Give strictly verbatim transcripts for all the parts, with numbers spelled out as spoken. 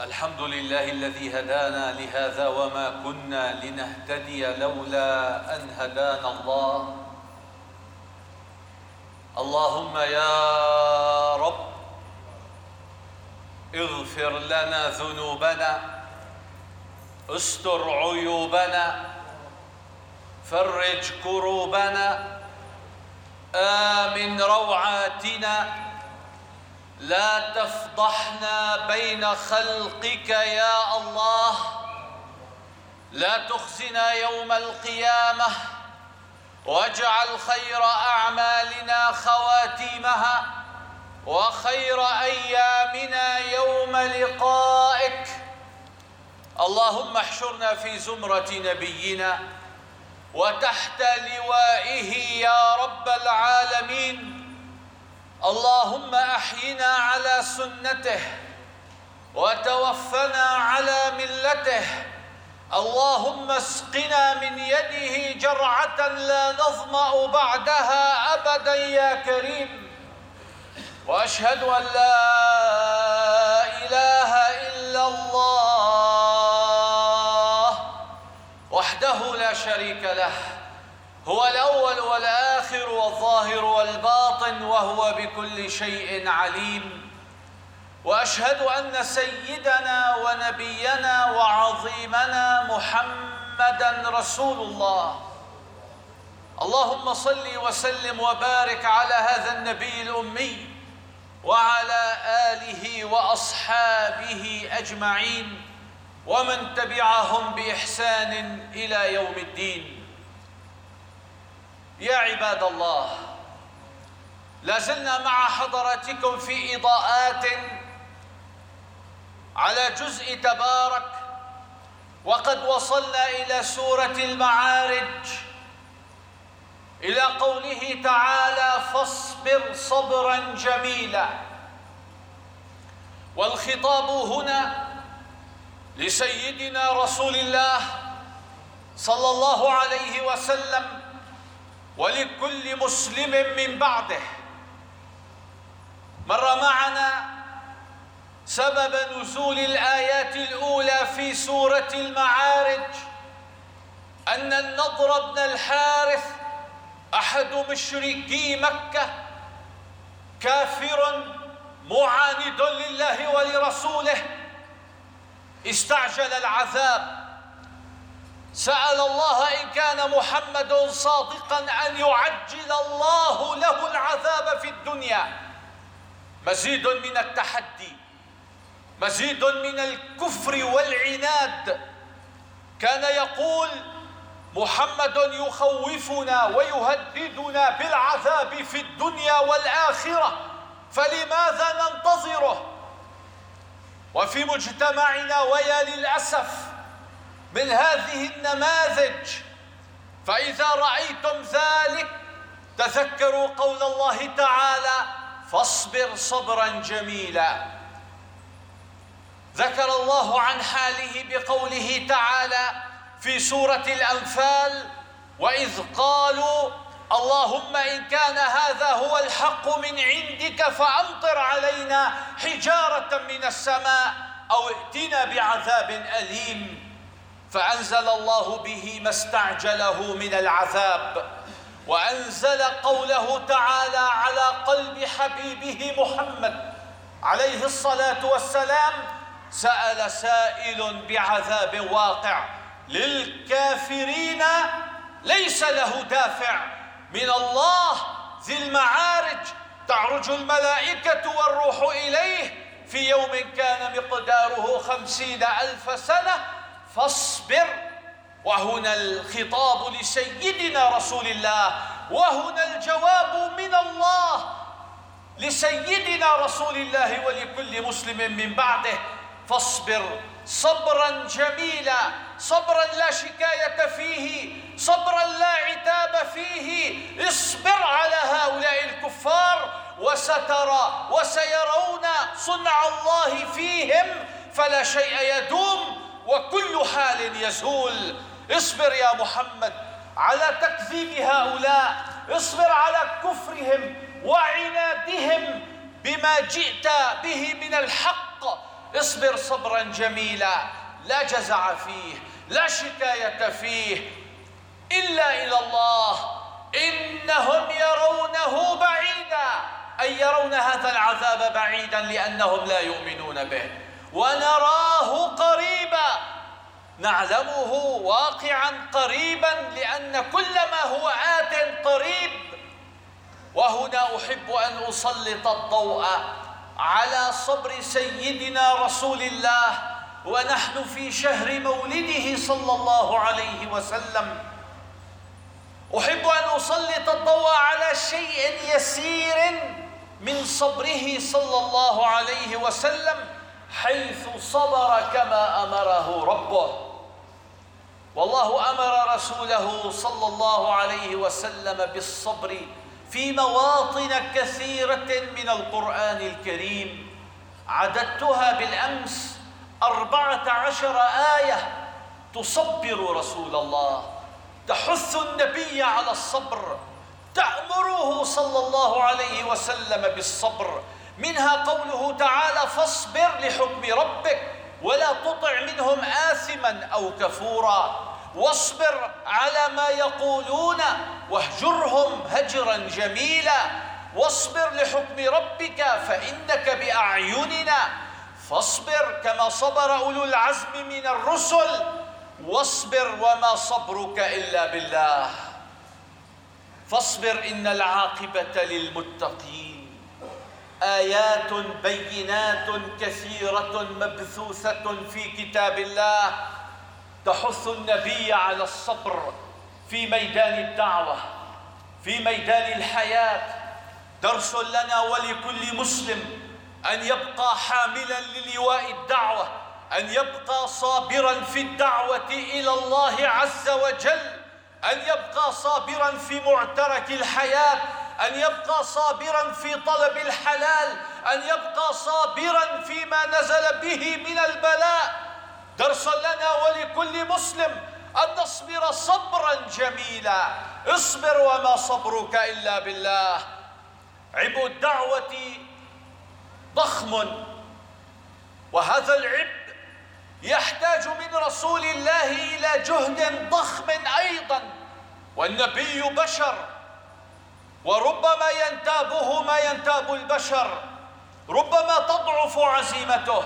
الحمد لله الذي هدانا لهذا وما كنا لنهتدي لولا أن هدانا الله. اللهم يا رب اغفر لنا ذنوبنا، استر عيوبنا، فرج كروبنا، آمن روعاتنا، لا تفضحنا بين خلقك يا الله، لا تخزنا يوم القيامة، واجعل خير أعمالنا خواتيمها، وخير أيامنا يوم لقائك. اللهم احشرنا في زمرة نبينا وتحت لوائه يا رب العالمين. اللهم أحينا على سنته وتوفنا على ملته. اللهم اسقنا من يده جرعة لا نظمأ بعدها أبدا يا كريم. وأشهد أن لا إله إلا الله وحده لا شريك له، هو الأول والآخر والظاهر والباطن، وهو بكل شيء عليم. وأشهد أن سيدنا ونبينا وعظيمنا محمدًا رسول الله. اللهم صل وسلم وبارك على هذا النبي الأمي وعلى آله وأصحابه أجمعين ومن تبعهم بإحسان إلى يوم الدين. يا عباد الله، لازلنا مع حضراتكم في إضاءات على جزء تبارك، وقد وصلنا إلى سورة المعارج، إلى قوله تعالى: فاصبر صبرا جميلا. والخطاب هنا لسيدنا رسول الله صلى الله عليه وسلم ولكل مسلم من بعده. مر معنا سبب نزول الآيات الأولى في سورة المعارج، أن النضر بن الحارث أحد مشركي مكة، كافر معاند لله ولرسوله، استعجل العذاب، سأل الله إن كان محمد صادقا أن يعجل الله له العذاب في الدنيا. مزيد من التحدي، مزيد من الكفر والعناد. كان يقول: محمد يخوفنا ويهددنا بالعذاب في الدنيا والآخرة، فلماذا ننتظره؟ وفي مجتمعنا ويا للأسف من هذه النماذج، فإذا رأيتم ذلك تذكروا قول الله تعالى: فاصبر صبرا جميلا. ذكر الله عن حاله بقوله تعالى في سورة الأنفال: وإذ قالوا اللهم إن كان هذا هو الحق من عندك فأمطر علينا حجارة من السماء أو ائتنا بعذاب أليم. فأنزل الله به ما استعجله من العذاب، وأنزل قوله تعالى على قلب حبيبه محمد عليه الصلاة والسلام: سأل سائل بعذاب واقع للكافرين ليس له دافع من الله ذي المعارج، تعرج الملائكة والروح إليه في يوم كان مقداره خمسين ألف سنة فاصبر. وهنا الخطاب لسيدنا رسول الله، وهنا الجواب من الله لسيدنا رسول الله ولكل مسلم من بعده: فاصبر صبرا جميلا، صبرا لا شكاية فيه، صبرا لا عتاب فيه. اصبر على هؤلاء الكفار وسترى وسيرون صنع الله فيهم، فلا شيء يدوم وكل حال يزول. اصبر يا محمد على تكذيب هؤلاء، اصبر على كفرهم وعنادهم بما جئت به من الحق، اصبر صبرا جميلا لا جزع فيه لا شكاية فيه إلا إلى الله، إنهم يرونه بعيدا، أي يرون هذا العذاب بعيدا لأنهم لا يؤمنون به، ونراه قريبا، نعلمه واقعا قريبا لأن كل ما هو آت قريب. وهنا أحب أن أسلط الضوء على صبر سيدنا رسول الله ونحن في شهر مولده صلى الله عليه وسلم. أحب أن أسلط الضوء على شيء يسير من صبره صلى الله عليه وسلم حيث صبر كما أمره ربه. والله أمر رسوله صلى الله عليه وسلم بالصبر في مواطن كثيرة من القرآن الكريم، عددتها بالأمس أربعة عشر آية تصبر رسول الله، تحث النبي على الصبر، تأمره صلى الله عليه وسلم بالصبر. منها قوله تعالى: فاصبر لحكم ربك ولا تطع منهم آثما أو كفورا، واصبر على ما يقولون واهجرهم هجرا جميلا، واصبر لحكم ربك فإنك بأعيننا، فاصبر كما صبر أولو العزم من الرسل، واصبر وما صبرك إلا بالله، فاصبر إن العاقبة للمتقين. آيات بينات كثيرة مبثوثة في كتاب الله تحث النبي على الصبر في ميدان الدعوة، في ميدان الحياة. درس لنا ولكل مسلم أن يبقى حاملا للواء الدعوة، أن يبقى صابرا في الدعوة إلى الله عز وجل، أن يبقى صابرا في معترك الحياة، أن يبقى صابرا في طلب الحلال، أن يبقى صابرا فيما نزل به من البلاء. درس لنا ولكل مسلم أن نصبر صبرا جميلا. اصبر وما صبرك إلا بالله. عبء الدعوة ضخم، وهذا العبء يحتاج من رسول الله إلى جهد ضخم أيضا، والنبي بشر وربما ينتابه ما ينتاب البشر، ربما تضعف عزيمته،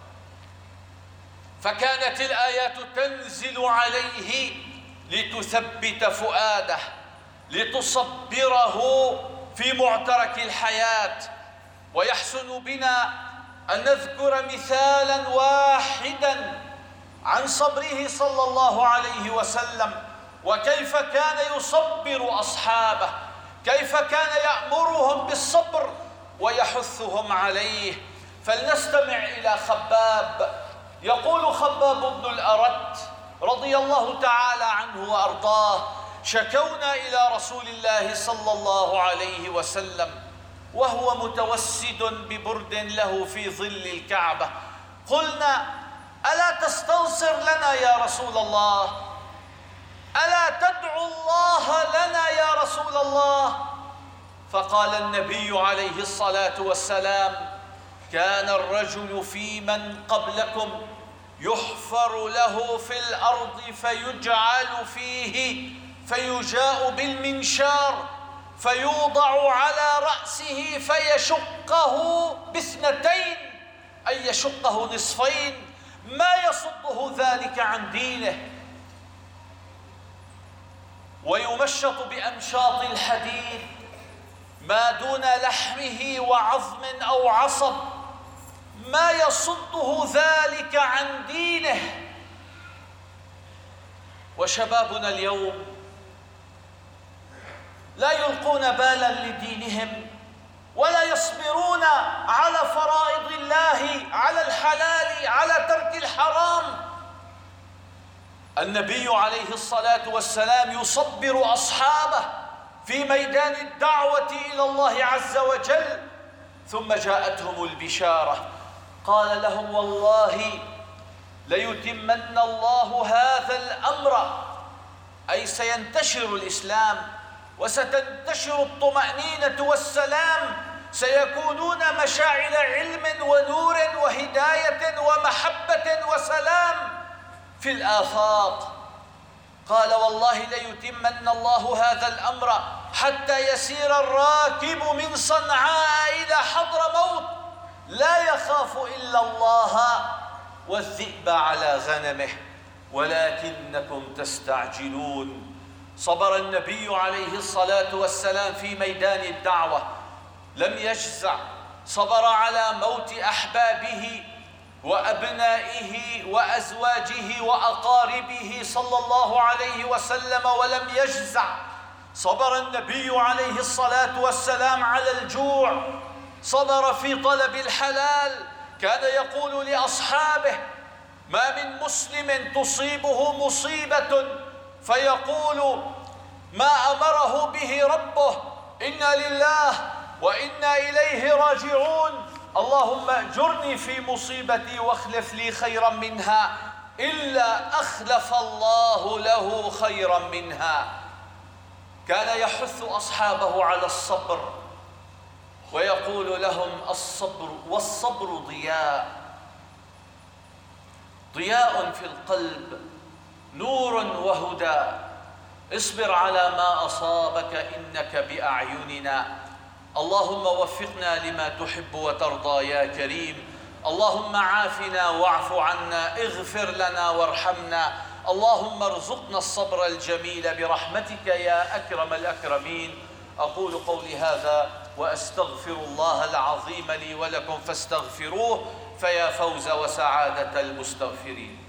فكانت الآيات تنزل عليه لتثبت فؤاده، لتصبره في معترك الحياة. ويحسن بنا أن نذكر مثالا واحدا عن صبره صلى الله عليه وسلم، وكيف كان يصبر أصحابه، كيف كان يأمرهم بالصبر ويحثهم عليه. فلنستمع إلى خباب. يقول خباب بن الأرت رضي الله تعالى عنه وأرضاه: شكونا إلى رسول الله صلى الله عليه وسلم وهو متوسد ببرد له في ظل الكعبة، قلنا: ألا تستنصر لنا يا رسول الله؟ ألا تدعو الله لنا يا رسول الله؟ فقال النبي عليه الصلاة والسلام: كان الرجل في من قبلكم يحفر له في الأرض فيجعل فيه، فيجاء بالمنشار فيوضع على رأسه فيشقه باثنتين، أي يشقه نصفين، ما يصده ذلك عن دينه، ويمشط بأمشاط الحديد ما دون لحمه وعظم أو عصب، ما يصده ذلك عن دينه. وشبابنا اليوم لا يلقون بالا لدينهم ولا يصبرون على فرائض الله، على الحلال، على ترك الحرام. النبي عليه الصلاة والسلام يصبر أصحابه في ميدان الدعوة إلى الله عز وجل، ثم جاءتهم البشارة، قال لهم: والله ليتمن الله هذا الأمر، أي سينتشر الإسلام وستنتشر الطمأنينة والسلام سيكونون مشاعل علم ونور وهداية ومحبة وسلام في الآفاق. قال والله ليتمن الله هذا الأمر حتى يسير الراكب من صنعاء إلى حضرموت لا يخاف إلا الله والذئب على غنمه ولكنكم تستعجلون. صبر النبي عليه الصلاة والسلام في ميدان الدعوة، لم يجزع، صبر على موت أحبابه وأبنائه وأزواجه وأقاربه صلى الله عليه وسلم ولم يجزع. صبر النبي عليه الصلاة والسلام على الجوع، صبر في طلب الحلال. كان يقول لأصحابه: ما من مسلم تصيبه مصيبة فيقول ما أمره به ربه إنا لله وإنا إليه راجعون، اللهم أجرني في مصيبتي واخلف لي خيرا منها، إلا أخلف الله له خيرا منها. كان يحث أصحابه على الصبر ويقول لهم: الصبر والصبر ضياء، ضياء في القلب، نور وهدى. اصبر على ما أصابك إنك بأعيننا. اللهم وفقنا لما تحب وترضى يا كريم. اللهم عافنا واعف عنا، اغفر لنا وارحمنا. اللهم ارزقنا الصبر الجميل برحمتك يا أكرم الأكرمين. أقول قولي هذا وأستغفر الله العظيم لي ولكم فاستغفروه، فيا فوز وسعادة المستغفرين.